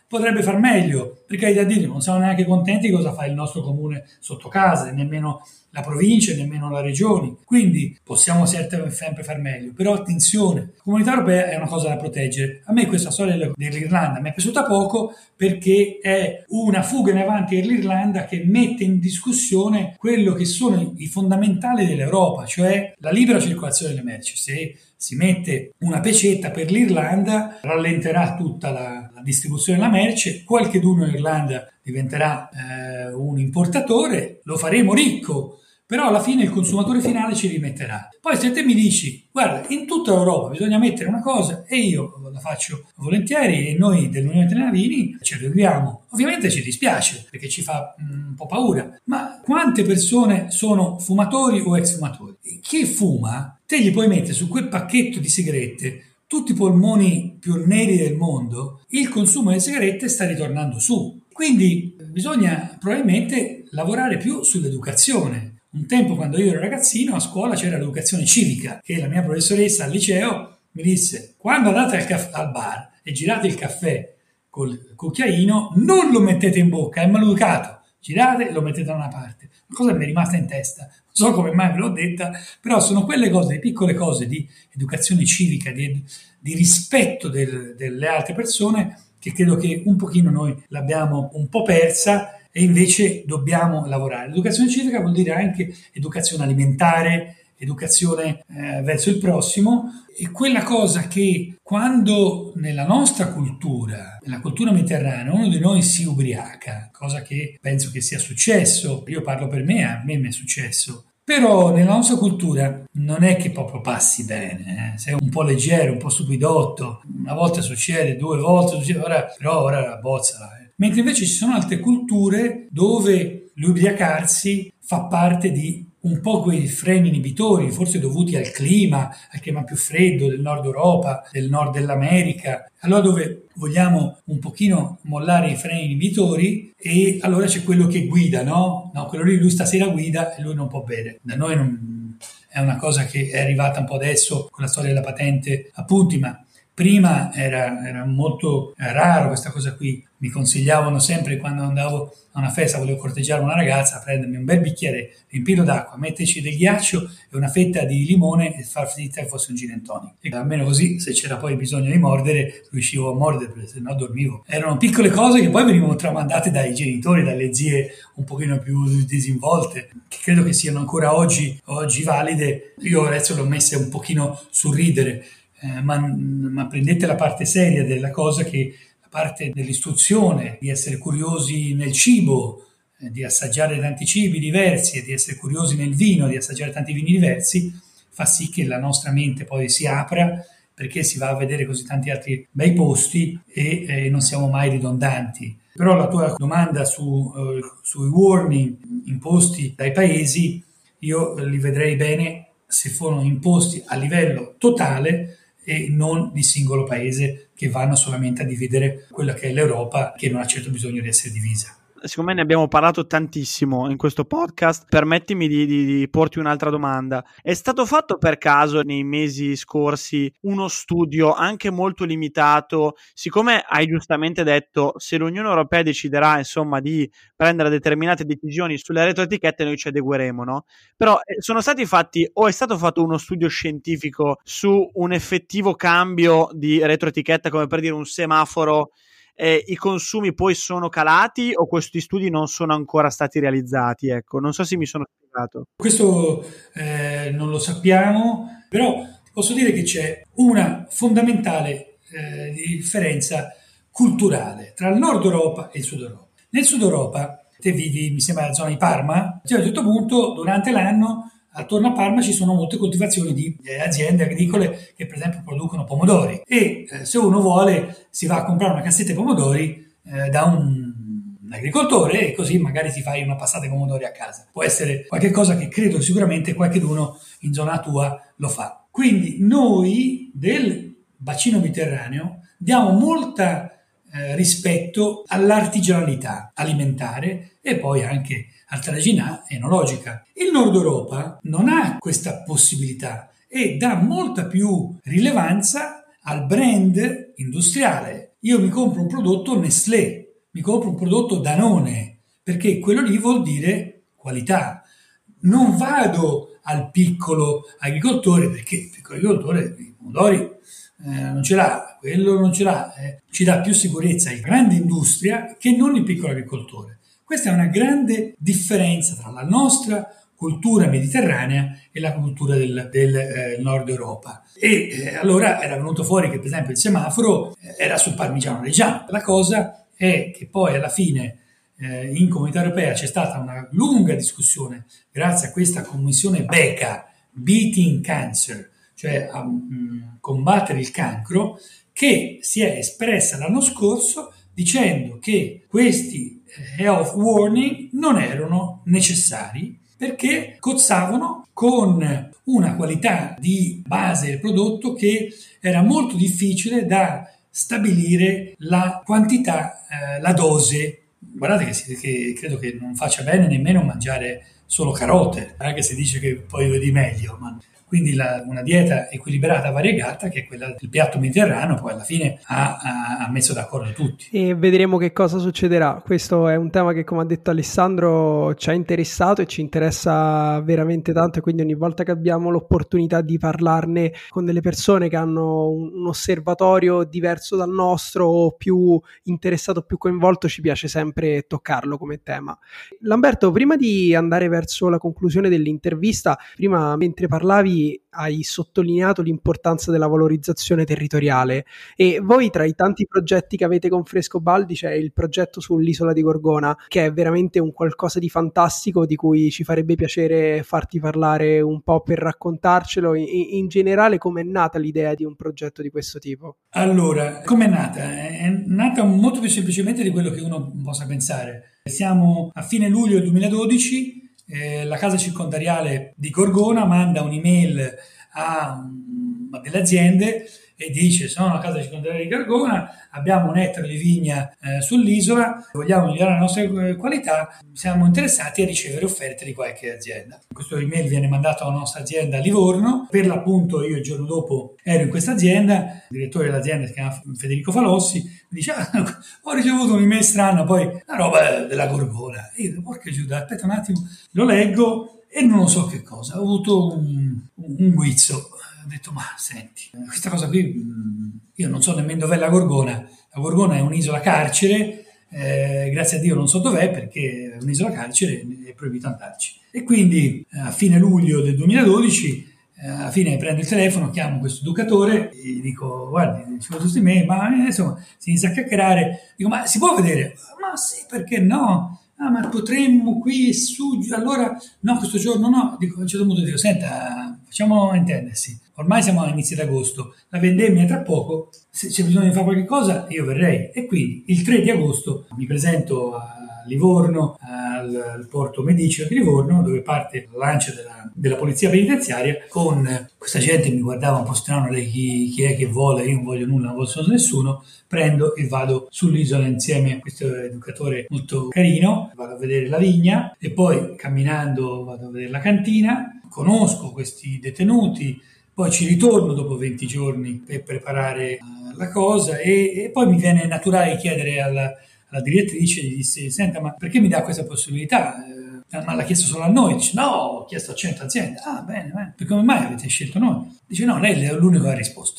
potrebbe far meglio, per carità di Dio, non siamo neanche contenti di cosa fa il nostro comune sotto casa, nemmeno la provincia, nemmeno le regioni, quindi possiamo sempre far meglio, però attenzione, la comunità europea è una cosa da proteggere. A me questa storia dell'Irlanda mi è piaciuta poco perché è una fuga in avanti dell'Irlanda che mette in discussione quello che sono i fondamentali dell'Europa, cioè la libera circolazione delle merci. Se si mette una pecetta per l'Irlanda, rallenterà tutta la distribuzione della merce, qualcheduno in Irlanda diventerà un importatore, lo faremo ricco, però alla fine il consumatore finale ci rimetterà. Poi se te mi dici, guarda, in tutta Europa bisogna mettere una cosa e io la faccio volentieri e noi dell'Unione Italiana Vini ci adeguiamo. Ovviamente ci dispiace perché ci fa un po' paura, ma quante persone sono fumatori o ex fumatori? Chi fuma, te gli puoi mettere su quel pacchetto di sigarette tutti i polmoni più neri del mondo, il consumo delle sigarette sta ritornando su. Quindi bisogna probabilmente lavorare più sull'educazione. Un tempo, quando io ero ragazzino, a scuola c'era l'educazione civica, che la mia professoressa al liceo mi disse: quando andate al bar e girate il caffè col cucchiaino, non lo mettete in bocca, è maleducato, girate e lo mettete da una parte. Una cosa mi è rimasta in testa, non so come mai ve l'ho detta, però sono quelle cose, le piccole cose di educazione civica, di rispetto delle altre persone, che credo che un pochino noi l'abbiamo un po' persa e invece dobbiamo lavorare. L'educazione civica vuol dire anche educazione alimentare, educazione verso il prossimo, e quella cosa che quando nella nostra cultura, nella cultura mediterranea, uno di noi si ubriaca, cosa che penso che sia successo, io parlo per me, a me mi è successo, però nella nostra cultura non è che proprio passi bene, sei un po' leggero, un po' stupidotto, una volta succede, 2 volte succede, ora la bozzala. Mentre invece ci sono altre culture dove l'ubriacarsi fa parte di un po' quei freni inibitori, forse dovuti al clima più freddo del nord Europa, del nord dell'America, allora dove vogliamo un pochino mollare i freni inibitori e allora c'è quello che guida, no? No, quello lì, lui stasera guida e lui non può bere. Da noi è una cosa che è arrivata un po' adesso con la storia della patente a punti, ma prima era molto raro questa cosa qui. Mi consigliavano sempre, quando andavo a una festa, volevo corteggiare una ragazza, prendermi un bel bicchiere riempito d'acqua, metterci del ghiaccio e una fetta di limone e far finta che fosse un gin and tonic. E almeno così, se c'era poi bisogno di mordere, riuscivo a mordere, perché se no dormivo. Erano piccole cose che poi venivano tramandate dai genitori, dalle zie un pochino più disinvolte, che credo che siano ancora oggi valide. Io adesso le ho messe un pochino sul ridere, ma prendete la parte seria della cosa, che la parte dell'istruzione, di essere curiosi nel cibo, di assaggiare tanti cibi diversi e di essere curiosi nel vino, di assaggiare tanti vini diversi, fa sì che la nostra mente poi si apra, perché si va a vedere così tanti altri bei posti e non siamo mai ridondanti. Però la tua domanda sui warning imposti dai paesi, io li vedrei bene se fossero imposti a livello totale e non di singolo paese, che vanno solamente a dividere quella che è l'Europa, che non ha certo bisogno di essere divisa. Siccome ne abbiamo parlato tantissimo in questo podcast, permettimi di porti un'altra domanda. È stato fatto per caso nei mesi scorsi uno studio anche molto limitato, siccome hai giustamente detto, se l'Unione Europea deciderà insomma di prendere determinate decisioni sulle retroetichette noi ci adegueremo, no? Però sono stati fatti, o è stato fatto uno studio scientifico su un effettivo cambio di retroetichetta, come per dire un semaforo, i consumi poi sono calati, o questi studi non sono ancora stati realizzati? Ecco, non so se mi sono spiegato. Questo non lo sappiamo, però posso dire che c'è una fondamentale differenza culturale tra il nord Europa e il sud Europa. Nel sud Europa, te vivi, mi sembra, nella zona di Parma, cioè a un certo punto durante l'anno attorno a Parma ci sono molte coltivazioni di aziende agricole che per esempio producono pomodori e se uno vuole si va a comprare una cassetta di pomodori da un agricoltore e così magari ti fai una passata di pomodori a casa. Può essere qualche cosa che credo sicuramente qualcheduno in zona tua lo fa. Quindi noi del bacino mediterraneo diamo molta rispetto all'artigianalità alimentare e poi anche artigianalità enologica. Il Nord Europa non ha questa possibilità e dà molta più rilevanza al brand industriale. io mi compro un prodotto Nestlé, mi compro un prodotto Danone, perché quello lì vuol dire qualità. Non vado al piccolo agricoltore, perché il piccolo agricoltore i pomodori non ce l'ha, quello non ce l'ha, ci dà più sicurezza il grande industria che non il piccolo agricoltore. Questa è una grande differenza tra la nostra cultura mediterranea e la cultura del nord Europa. E allora era venuto fuori che per esempio il semaforo era sul Parmigiano Reggiano. La cosa è che poi alla fine in Comunità Europea c'è stata una lunga discussione grazie a questa commissione BECA, Beating Cancer, cioè a combattere il cancro, che si è espressa l'anno scorso dicendo che questi health warning non erano necessari perché cozzavano con una qualità di base del prodotto che era molto difficile da stabilire la quantità, la dose. Guardate che credo che non faccia bene nemmeno mangiare solo carote, anche se dice che poi vedi meglio, ma quindi una dieta equilibrata, variegata, che è quella del piatto mediterraneo, poi alla fine ha messo d'accordo tutti. E vedremo che cosa succederà. Questo è un tema che, come ha detto Alessandro, ci ha interessato e ci interessa veramente tanto, e quindi ogni volta che abbiamo l'opportunità di parlarne con delle persone che hanno un osservatorio diverso dal nostro o più interessato, più coinvolto, ci piace sempre toccarlo come tema. Lamberto, prima di andare verso la conclusione dell'intervista, prima mentre parlavi hai sottolineato l'importanza della valorizzazione territoriale, e voi tra i tanti progetti che avete con Frescobaldi c'è il progetto sull'isola di Gorgona, che è veramente un qualcosa di fantastico di cui ci farebbe piacere farti parlare un po' per raccontarcelo. In generale, com'è nata l'idea di un progetto di questo tipo? Allora, com'è nata? È nata molto più semplicemente di quello che uno possa pensare. Siamo a fine luglio 2012. La casa circondariale di Gorgona manda un'email a delle aziende e dice: sono la casa circondariale di Gorgona, abbiamo un ettaro di vigna sull'isola, vogliamo migliorare la nostra qualità, siamo interessati a ricevere offerte di qualche azienda. Questo email viene mandato alla nostra azienda a Livorno. Per l'appunto io il giorno dopo ero in questa azienda, il direttore dell'azienda si chiama Federico Falossi, mi dice: ho ricevuto un'email strana, poi una roba della Gorgona. E io, porca Giuda, aspetta un attimo, lo leggo e non lo so che cosa, ho avuto un guizzo. Ho detto: ma senti, questa cosa qui io non so nemmeno dov'è la Gorgona. La Gorgona è un'isola carcere, grazie a Dio non so dov'è, perché è un'isola carcere, è proibito andarci. E quindi a fine luglio del 2012 alla fine prendo il telefono, chiamo questo educatore e gli dico: guardi, ci foto su me, ma insomma si inizia a chiacchierare, dico: ma si può vedere? Ma sì, perché no? Ah, ma potremmo qui e su, allora no, questo giorno no. Dico, a un certo punto dico: senta, facciamo intendersi, ormai siamo all'inizio di agosto, la vendemmia è tra poco, se c'è bisogno di fare qualche cosa io verrei. E quindi il 3 di agosto mi presento a Livorno, al porto Mediceo di Livorno, dove parte il lancio della polizia penitenziaria. Con questa gente mi guardava un po' strano, lei chi è che vuole, io non voglio nulla, non voglio nessuno. Prendo e vado sull'isola insieme a questo educatore molto carino, vado a vedere la vigna e poi camminando vado a vedere la cantina, conosco questi detenuti, poi ci ritorno dopo 20 giorni per preparare la cosa e poi mi viene naturale chiedere alla direttrice, gli disse: senta, ma perché mi dà questa possibilità? Ma l'ha chiesto solo a noi? Dice: no, ho chiesto a 100 aziende. Ah, bene. Per come mai avete scelto noi? Dice: no, lei è l'unico che ha risposto.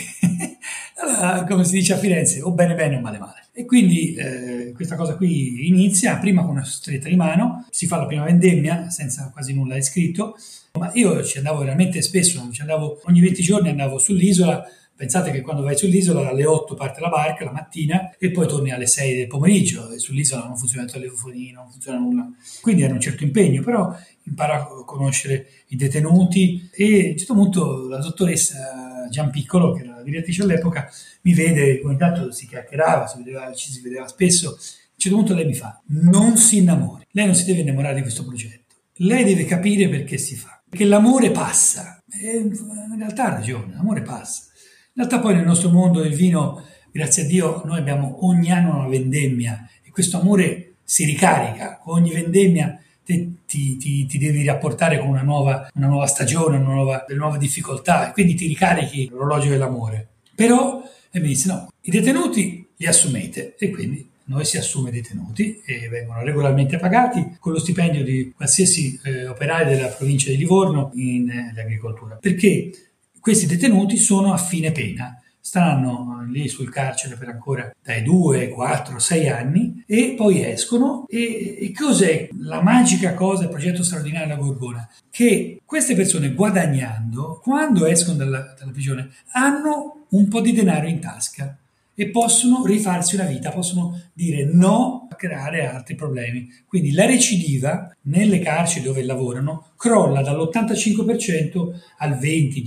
Allora, come si dice a Firenze, o bene bene o male male. E quindi questa cosa qui inizia prima con una stretta di mano, si fa la prima vendemmia senza quasi nulla è scritto, ma io ci andavo veramente spesso, ogni 20 giorni andavo sull'isola. Pensate che quando vai sull'isola alle 8 parte la barca la mattina e poi torni alle 6 del pomeriggio, e sull'isola non funziona il telefonino, non funziona nulla. Quindi era un certo impegno, però impara a conoscere i detenuti. E a un certo punto la dottoressa Gianpiccolo, che era la direttrice all'epoca, mi vede, ogni tanto si chiacchierava, ci si vedeva spesso. A un certo punto lei mi fa: non si innamori, lei non si deve innamorare di questo progetto, lei deve capire perché si fa, perché l'amore passa. E in realtà ha ragione, l'amore passa. In realtà poi nel nostro mondo del vino, grazie a Dio, noi abbiamo ogni anno una vendemmia e questo amore si ricarica. Ogni vendemmia ti devi rapportare con una nuova stagione, delle nuove difficoltà, e quindi ti ricarichi l'orologio dell'amore. Però mi disse: no, i detenuti li assumete e quindi noi si assume detenuti e vengono regolarmente pagati con lo stipendio di qualsiasi operaio della provincia di Livorno in agricoltura, perché questi detenuti sono a fine pena, stanno lì sul carcere per ancora dai 2, 4, 6 anni e poi escono. E cos'è la magica cosa del progetto straordinario della Gorgona? Che queste persone, guadagnando, quando escono dalla prigione, hanno un po' di denaro in tasca e possono rifarsi una vita, possono dire no a creare altri problemi. Quindi la recidiva nelle carceri dove lavorano crolla dall'85% al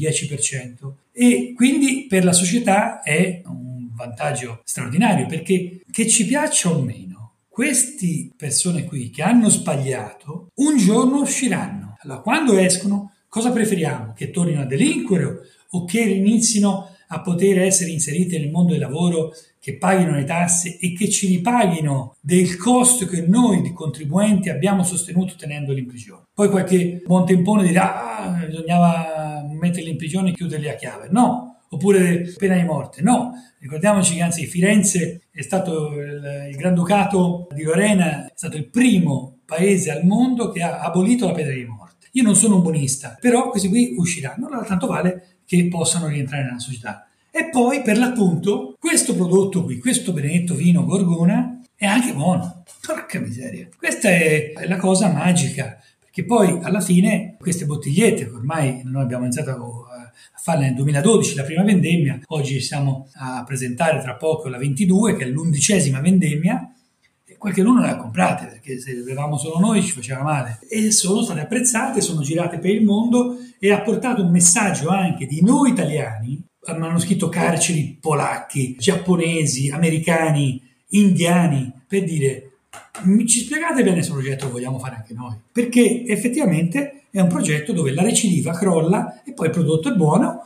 20-10%, e quindi per la società è un vantaggio straordinario, perché che ci piaccia o meno, queste persone qui che hanno sbagliato un giorno usciranno. Allora, quando escono, cosa preferiamo? Che tornino a delinquere o che inizino a poter essere inserite nel mondo del lavoro, che paghino le tasse e che ci ripaghino del costo che noi di contribuenti abbiamo sostenuto tenendoli in prigione? Poi qualche buontempone dirà bisognava metterli in prigione e chiuderli a chiave. No, oppure pena di morte. No, ricordiamoci che anzi Firenze è stato il Granducato di Lorena, è stato il primo paese al mondo che ha abolito la pena di morte. Io non sono un buonista, però questi qui usciranno, allora tanto vale che possano rientrare nella società. E poi, per l'appunto, questo prodotto qui, questo benedetto vino Gorgona, è anche buono. Porca miseria. Questa è la cosa magica, perché poi, alla fine, queste bottigliette, che ormai noi abbiamo iniziato a farle nel 2012, la prima vendemmia, oggi siamo a presentare tra poco la 22, che è l'11ª vendemmia, qualche uno le ha comprate, perché se le avevamo solo noi ci faceva male, e sono state apprezzate, sono girate per il mondo e ha portato un messaggio anche di noi italiani. Hanno scritto carceri polacchi, giapponesi, americani, indiani, per dire ci spiegate bene questo progetto che vogliamo fare anche noi, perché effettivamente è un progetto dove la recidiva crolla e poi il prodotto è buono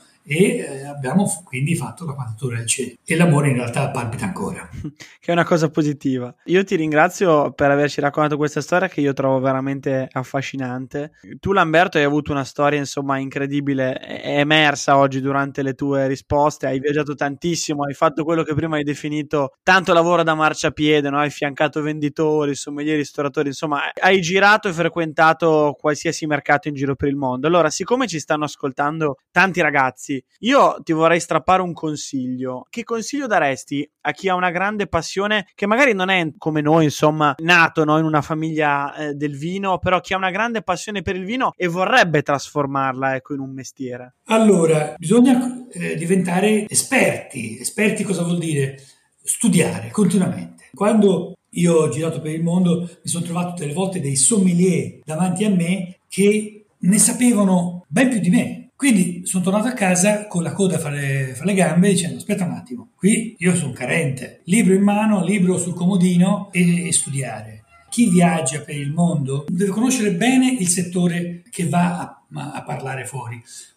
e abbiamo quindi fatto la quadratura del cerchio e l'amore in realtà palpita ancora, che è una cosa positiva. Io ti ringrazio per averci raccontato questa storia che io trovo veramente affascinante. Tu, Lamberto, hai avuto una storia insomma incredibile, è emersa oggi durante le tue risposte, hai viaggiato tantissimo, hai fatto quello che prima hai definito tanto lavoro da marciapiede, no? Hai fiancato venditori, sommelieri, ristoratori, insomma hai girato e frequentato qualsiasi mercato in giro per il mondo. Allora, siccome ci stanno ascoltando tanti ragazzi, io ti vorrei strappare un consiglio. Che consiglio daresti a chi ha una grande passione, che magari non è come noi, insomma, nato in una famiglia del vino, però chi ha una grande passione per il vino e vorrebbe trasformarla, ecco, in un mestiere? Allora, bisogna diventare esperti. Esperti cosa vuol dire? Studiare continuamente. Quando io ho girato per il mondo mi sono trovato delle volte dei sommelier davanti a me che ne sapevano ben più di me. Quindi sono tornato a casa con la coda fra le gambe dicendo aspetta un attimo, qui io sono carente, libro in mano, libro sul comodino e studiare. Chi viaggia per il mondo deve conoscere bene il settore che va a parlare fuori.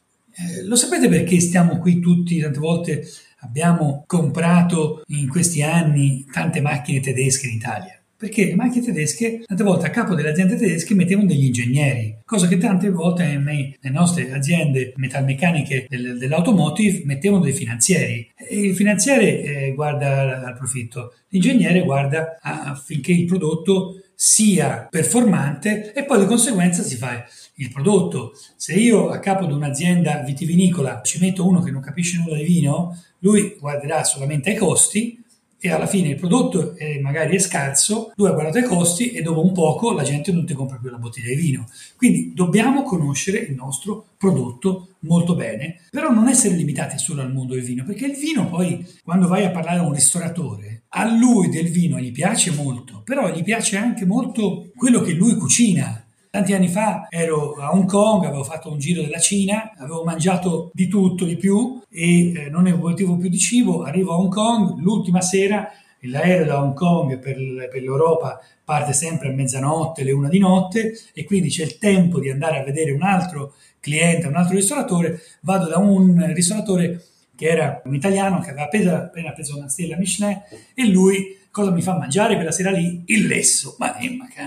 Lo sapete perché stiamo qui tutti, tante volte abbiamo comprato in questi anni tante macchine tedesche in Italia? Perché le macchine tedesche, tante volte a capo delle aziende tedesche mettevano degli ingegneri, cosa che tante volte nelle nostre aziende metalmeccaniche dell'automotive mettevano dei finanzieri. E il finanziere guarda al profitto, l'ingegnere guarda affinché il prodotto sia performante e poi di conseguenza si fa il prodotto. Se io a capo di un'azienda vitivinicola ci metto uno che non capisce nulla di vino, lui guarderà solamente ai costi e alla fine il prodotto magari è scarso, lui ha guardato i costi e dopo un poco la gente non ti compra più la bottiglia di vino. Quindi dobbiamo conoscere il nostro prodotto molto bene, però non essere limitati solo al mondo del vino, perché il vino poi, quando vai a parlare a un ristoratore, a lui del vino gli piace molto, però gli piace anche molto quello che lui cucina. Tanti anni fa ero a Hong Kong, avevo fatto un giro della Cina, avevo mangiato di tutto, di più e non ne potevo più di cibo. Arrivo a Hong Kong, l'ultima sera, l'aereo da Hong Kong per l'Europa parte sempre a mezzanotte, le 1 di notte e quindi c'è il tempo di andare a vedere un altro cliente, un altro ristoratore. Vado da un ristoratore che era un italiano che aveva appena preso una stella Michelin e lui cosa mi fa mangiare quella sera lì? Il lesso. Ma cane,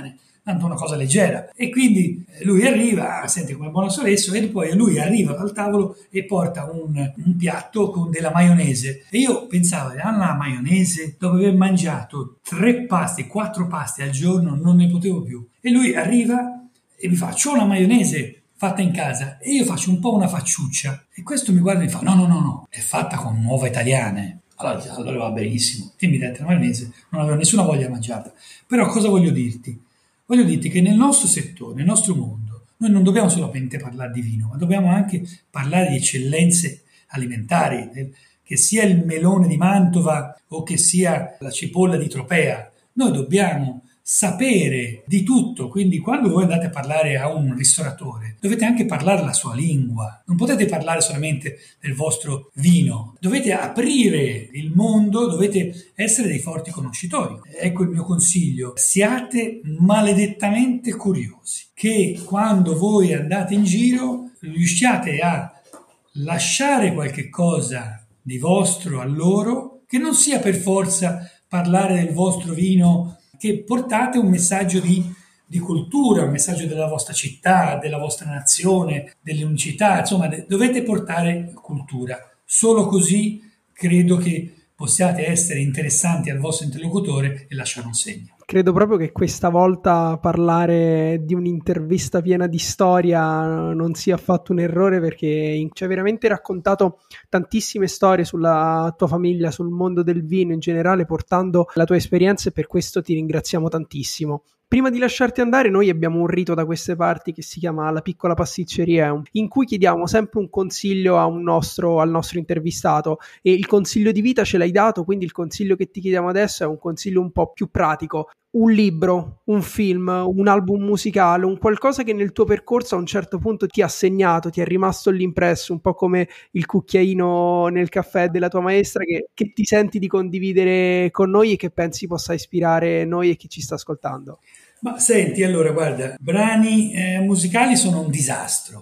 tanto una cosa leggera. E quindi lui arriva, sente come buon adesso, e poi lui arriva al tavolo e porta un piatto con della maionese. E io pensavo, la maionese, dopo aver mangiato 3 pasti, 4 pasti al giorno, non ne potevo più. E lui arriva e mi fa, c'ho una maionese fatta in casa, e io faccio un po' una facciuccia, e questo mi guarda e mi fa, no, è fatta con uova italiane. Allora va benissimo, e mi dette la maionese, non avevo nessuna voglia di mangiarla. Però cosa voglio dirti? Voglio dirti che nel nostro settore, nel nostro mondo, noi non dobbiamo solamente parlare di vino, ma dobbiamo anche parlare di eccellenze alimentari, che sia il melone di Mantova o che sia la cipolla di Tropea. Noi dobbiamo sapere di tutto, quindi quando voi andate a parlare a un ristoratore dovete anche parlare la sua lingua, non potete parlare solamente del vostro vino, dovete aprire il mondo, dovete essere dei forti conoscitori. Ecco il mio consiglio: siate maledettamente curiosi, che quando voi andate in giro riusciate a lasciare qualche cosa di vostro a loro, che non sia per forza parlare del vostro vino, che portate un messaggio di cultura, un messaggio della vostra città, della vostra nazione, dell'unicità, insomma dovete portare cultura. Solo così credo che possiate essere interessanti al vostro interlocutore e lasciare un segno. Credo proprio che questa volta parlare di un'intervista piena di storia non sia affatto un errore, perché ci hai veramente raccontato tantissime storie sulla tua famiglia, sul mondo del vino in generale, portando la tua esperienza, e per questo ti ringraziamo tantissimo. Prima di lasciarti andare, noi abbiamo un rito da queste parti che si chiama La Piccola Pasticceria, in cui chiediamo sempre un consiglio al nostro intervistato, e il consiglio di vita ce l'hai dato, quindi il consiglio che ti chiediamo adesso è un consiglio un po' più pratico. Un libro, un film, un album musicale, un qualcosa che nel tuo percorso a un certo punto ti ha segnato, ti è rimasto l'impresso, un po' come il cucchiaino nel caffè della tua maestra, che ti senti di condividere con noi e che pensi possa ispirare noi e chi ci sta ascoltando. Ma senti, allora guarda, brani musicali sono un disastro.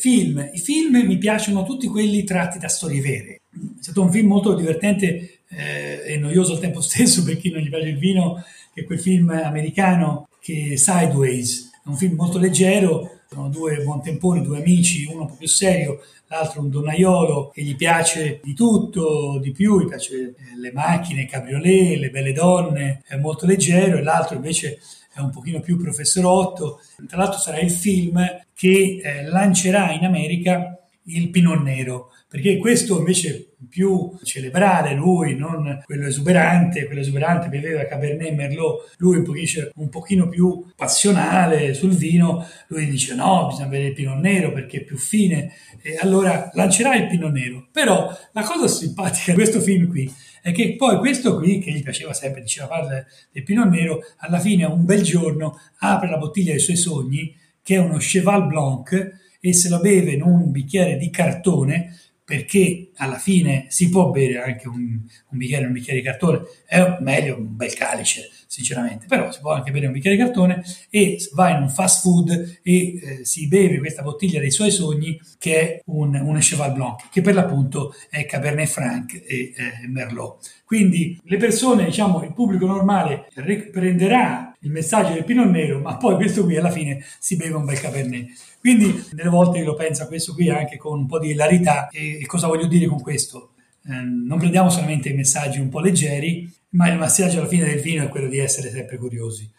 I film mi piacciono tutti quelli tratti da storie vere. È stato un film molto divertente e noioso al tempo stesso per chi non gli piace il vino, che è quel film americano che è Sideways. È un film molto leggero, sono 2 buontemponi, 2 amici, uno un po' più serio, l'altro un donnaiolo che gli piace di tutto, di più, gli piace le macchine, i cabriolet, le belle donne, è molto leggero, e l'altro invece è un pochino più professorotto. Tra l'altro sarà il film che lancerà in America il Pinot Nero, perché questo invece più celebrare, lui non quello esuberante beveva Cabernet Merlot, lui un pochino più passionale sul vino, lui dice no, bisogna bere il Pinot Nero perché è più fine, e allora lancerà il Pinot Nero. Però la cosa simpatica di questo film qui è che poi questo qui, che gli piaceva sempre, diceva parla del Pinot Nero, alla fine un bel giorno apre la bottiglia dei suoi sogni, che è uno Cheval Blanc, e se lo beve in un bicchiere di cartone, perché alla fine si può bere anche un bicchiere di cartone, è meglio un bel calice sinceramente, però si può anche bere un bicchiere di cartone, e va in un fast food e si beve questa bottiglia dei suoi sogni, che è un Cheval Blanc, che per l'appunto è Cabernet Franc e Merlot. Quindi le persone, diciamo il pubblico normale, riprenderà il messaggio del Pinot Nero, ma poi questo qui alla fine si beve un bel Cabernet. Quindi delle volte io lo penso a questo qui anche con un po' di hilarità. E cosa voglio dire con questo? Non prendiamo solamente i messaggi un po' leggeri, ma il messaggio alla fine del vino è quello di essere sempre curiosi.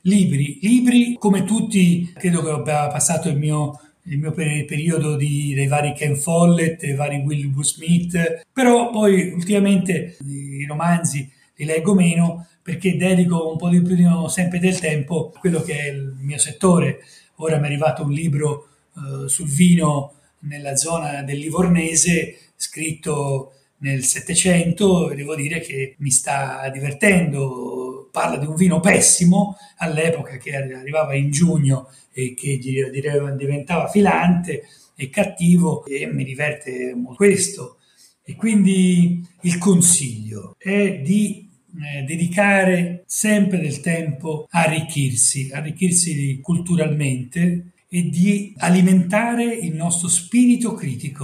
Libri come tutti, credo che abbia passato il mio periodo dei vari Ken Follett, dei vari Wilbur Smith, però poi ultimamente i romanzi li leggo meno, perché dedico un po' di più sempre del tempo a quello che è il mio settore. Ora mi è arrivato un libro sul vino nella zona del Livornese, scritto nel Settecento, e devo dire che mi sta divertendo. Parla di un vino pessimo all'epoca, che arrivava in giugno e che diventava filante e cattivo, e mi diverte molto questo. E quindi il consiglio è di dedicare sempre del tempo a arricchirsi culturalmente, e di alimentare il nostro spirito critico.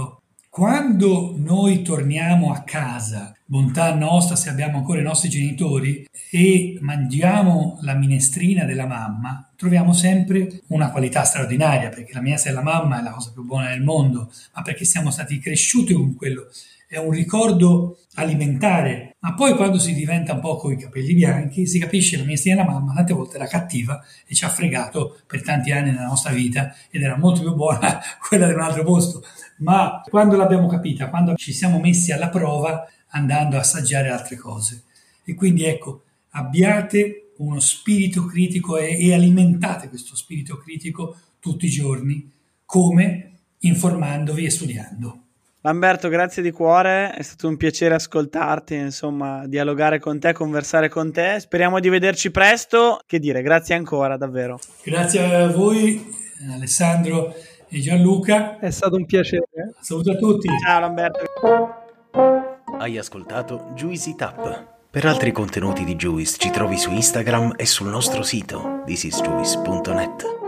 Quando noi torniamo a casa, bontà nostra se abbiamo ancora i nostri genitori, e mangiamo la minestrina della mamma, troviamo sempre una qualità straordinaria, perché la minestra della mamma è la cosa più buona del mondo, ma perché siamo stati cresciuti con quello. È un ricordo alimentare, ma poi quando si diventa un po' con i capelli bianchi si capisce che la minestrina della mamma tante volte era cattiva e ci ha fregato per tanti anni nella nostra vita ed era molto più buona quella di un altro posto. Ma quando l'abbiamo capita, quando ci siamo messi alla prova andando a assaggiare altre cose. E quindi ecco, abbiate uno spirito critico e alimentate questo spirito critico tutti i giorni, come informandovi e studiando. Lamberto, grazie di cuore, è stato un piacere ascoltarti, insomma, dialogare con te, conversare con te. Speriamo di vederci presto. Che dire, grazie ancora, davvero. Grazie a voi, Alessandro e Gianluca. È stato un piacere. Saluto a tutti. Ciao Lamberto. Hai ascoltato Juice It Up. Per altri contenuti di Juice ci trovi su Instagram e sul nostro sito thisisjuice.net.